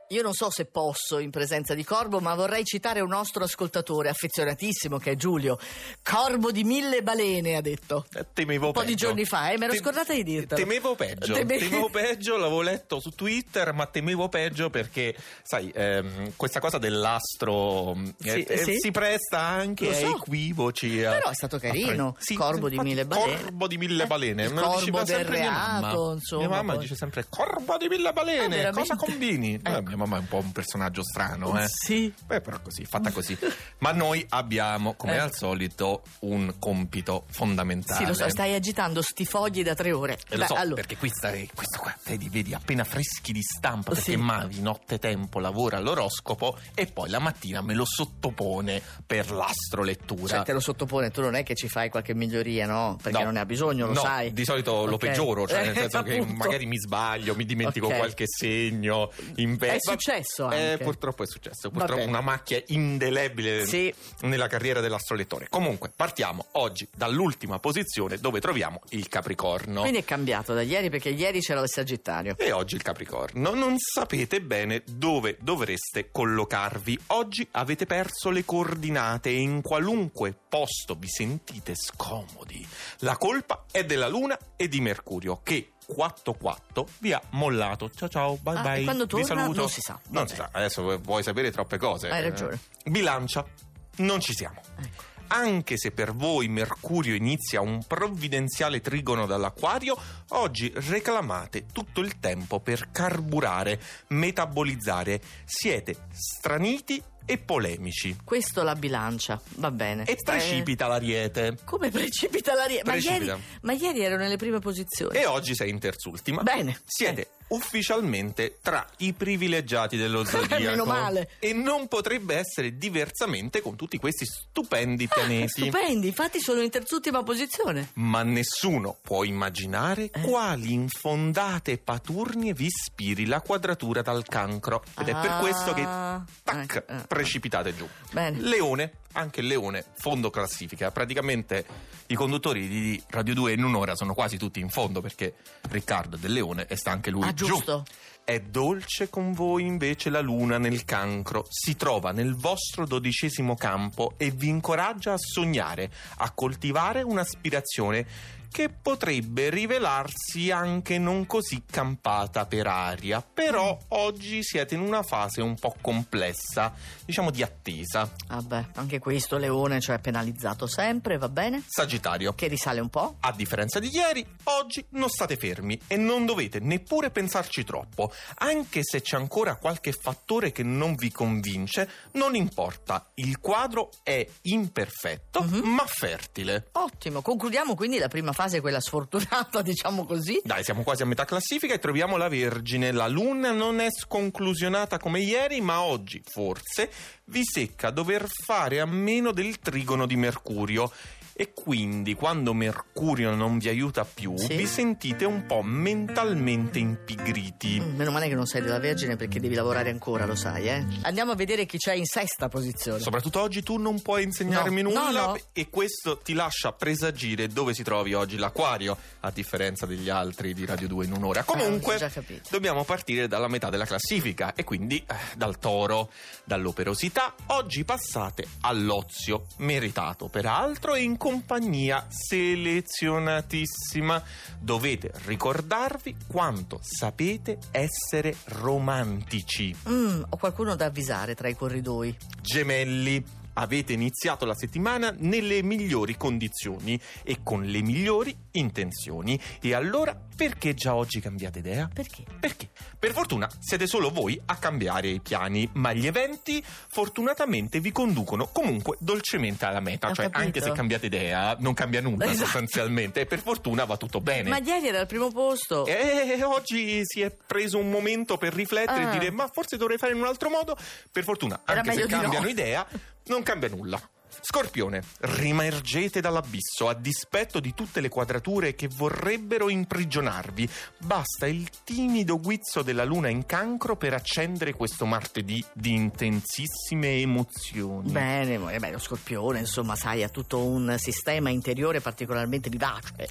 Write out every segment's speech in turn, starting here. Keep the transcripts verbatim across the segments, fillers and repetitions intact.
Io non so se posso in presenza di Corbo, ma vorrei citare un nostro ascoltatore affezionatissimo che è Giulio. Corbo di mille balene, ha detto. Eh, temevo un po' peggio. di giorni fa, eh, mi ero Te- scordata di dirtelo. Temevo peggio, Teme- temevo peggio, l'avevo letto su Twitter, ma temevo peggio perché, sai, ehm, questa cosa dell'astro Sì, eh, sì. eh, si presta anche Lo a so. equivoci. a- Però è stato carino. a pre- sì, Corbo di infatti, mille balene. Corbo di mille Eh, balene. il Me lo corbo diceva del sempre mia reato, mamma. insomma, Mia mamma poi. dice sempre Corbo di mille balene. Ah, veramente? Cosa combini? Eh, Ecco. mia mamma è un po' un personaggio strano, eh. Sì. Beh, però così, fatta così. Ma noi abbiamo, come Eh. al solito, un compito fondamentale. Sì, lo so, stai agitando sti fogli da tre ore. Eh, lo Beh, so, allora. perché questa è, questo qua, vedi, vedi, appena freschi di stampa, perché Sì. Mavi nottetempo lavora all'oroscopo e poi la mattina me lo sottopone per l'astrolettura. Cioè, te lo sottopone, tu non è che ci fai qualche miglioria, no? Perché No. non ne ha bisogno, lo No, sai. di solito lo Ok. peggioro, cioè nel Eh, senso che appunto. magari mi sbaglio, mi dimentico Ok. qualche segno. Inve- È successo anche. Eh, purtroppo è successo, Va purtroppo bene. una macchia indelebile Sì. nella carriera dell'astrolettore. Comunque, partiamo oggi dall'ultima posizione dove troviamo il Capricorno. Quindi è cambiato da ieri, perché ieri c'era il Sagittario. E oggi il Capricorno. Non sapete bene dove dovreste collocarvi. Oggi avete perso le coordinate e in qualunque posto vi sentite scomodi. La colpa è della Luna e di Mercurio, che quattro quattro vi ha mollato. Ciao ciao, bye Ah, bye. e quando vi torna saluto. non si sa. Non Vabbè. si sa. Adesso vuoi sapere troppe cose. Hai ragione. Eh, Bilancia. Non ci siamo. Ecco. Anche se per voi Mercurio inizia un provvidenziale trigono dall'Acquario, oggi reclamate tutto il tempo per carburare, metabolizzare. Siete straniti e polemici. Questo la bilancia, va bene. E precipita l'Ariete. Come precipita l'aria? Ma Precipita. ieri, ma ieri ero nelle prime posizioni. E oggi sei in terzultima. Bene. Siete ufficialmente tra i privilegiati dello zodiaco. Meno male. E non potrebbe essere diversamente con tutti questi stupendi pianeti. Stupendi, infatti sono in terzultima posizione. Ma nessuno può immaginare Eh. quali infondate paturnie vi ispiri la quadratura dal Cancro. Ed è per Ah, questo che tac, ecco, eh. precipitate giù. Bene. Leone, anche il Leone, fondo classifica. Praticamente i conduttori di Radio due in un'ora sono quasi tutti in fondo, perché Riccardo è del Leone e sta anche lui Ah, giù. giusto. È dolce con voi invece la Luna nel Cancro, si trova nel vostro dodicesimo campo e vi incoraggia a sognare, a coltivare un'aspirazione che potrebbe rivelarsi anche non così campata per aria. Però oggi siete in una fase un po' complessa, diciamo di attesa. Vabbè, anche questo Leone, cioè penalizzato sempre, va bene? Sagittario. Che risale un po'. A differenza di ieri, oggi non state fermi e non dovete neppure pensarci troppo. Anche se c'è ancora qualche fattore che non vi convince, non importa. Il quadro è imperfetto, Mhm. ma fertile. Ottimo, concludiamo quindi la prima fase, quella sfortunata, diciamo così. Dai, siamo quasi a metà classifica e troviamo la Vergine. La Luna non è sconclusionata come ieri, ma oggi, forse, vi secca dover fare a meno del trigono di Mercurio. E quindi, quando Mercurio non vi aiuta più, Sì. vi sentite un po' mentalmente impigriti. Mm, Meno male che non sei della Vergine, perché devi lavorare ancora, lo sai, eh? Andiamo a vedere chi c'è in sesta posizione. Soprattutto oggi tu non puoi insegnarmi No, nulla, no, no. e questo ti lascia presagire dove si trovi oggi l'Acquario, a differenza degli altri di Radio due in un'ora. Comunque, ho già capito. dobbiamo partire dalla metà della classifica e quindi eh, dal Toro. Dall'operosità oggi passate all'ozio, meritato peraltro e in compagnia selezionatissima. Dovete ricordarvi quanto sapete essere romantici. Mm, ho qualcuno da avvisare tra i corridoi. Gemelli, avete iniziato la settimana nelle migliori condizioni e con le migliori intenzioni. E allora perché già oggi cambiate idea? Perché? Perché? Per fortuna siete solo voi a cambiare i piani, ma gli eventi fortunatamente vi conducono comunque dolcemente alla meta. Ho Cioè, capito. anche se cambiate idea, non cambia nulla. Esatto. Sostanzialmente, e per fortuna va tutto bene. Ma ieri era al primo posto. E oggi si è preso un momento per riflettere Ah. e dire: ma forse dovrei fare in un altro modo. Per fortuna, Era anche se meglio di cambiano no. idea, non cambia nulla. Scorpione, rimergete dall'abisso a dispetto di tutte le quadrature che vorrebbero imprigionarvi. Basta il timido guizzo della Luna in Cancro per accendere questo martedì di intensissime emozioni. Bene, eh beh, lo Scorpione, insomma, sai, ha tutto un sistema interiore particolarmente vivace.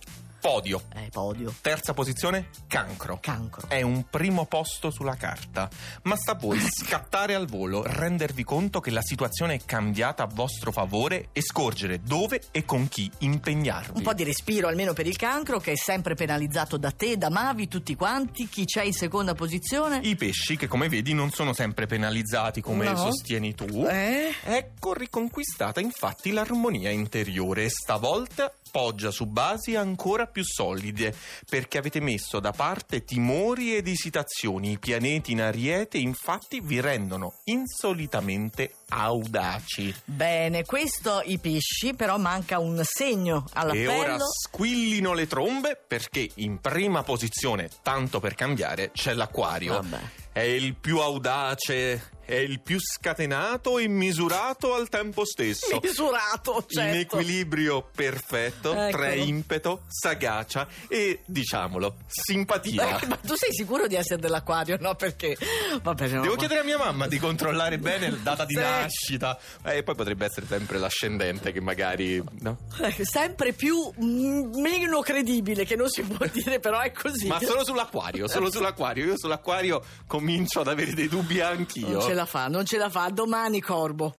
Podio. Eh, podio. Terza posizione, cancro. Cancro. È un primo posto sulla carta, ma sta a voi scattare al volo, rendervi conto che la situazione è cambiata a vostro favore e scorgere dove e con chi impegnarvi. Un po' di respiro almeno per il cancro, che è sempre penalizzato da te, da Mavi, tutti quanti. Chi c'è in seconda posizione? I pesci, che come vedi non sono sempre penalizzati come No. sostieni tu. Eh? Ecco riconquistata infatti l'armonia interiore e stavolta poggia su basi ancora più solide, perché avete messo da parte timori ed esitazioni. I pianeti in Ariete infatti vi rendono insolitamente audaci. Bene, questo i pesci, però manca un segno all'appello. E ora squillino le trombe, perché in prima posizione, tanto per cambiare, c'è l'Acquario. Vabbè. È il più audace, è il più scatenato e misurato al tempo stesso. Misurato, certo. In equilibrio perfetto, Eccolo. tra impeto, sagacia e, diciamolo, simpatia. Eh, ma tu sei sicuro di essere dell'Acquario? No, perché? Vabbè, no, Devo ma- chiedere a mia mamma di controllare bene la data di Sì. nascita. E poi potrebbe essere sempre l'ascendente che magari... no? Eh, sempre più mm, meno credibile, che non si può dire, però è così. Ma solo sull'Acquario, solo sull'Acquario. Io sull'Acquario comincio ad avere dei dubbi anch'io. Non ce la fa, non ce la fa. Domani, Corbo.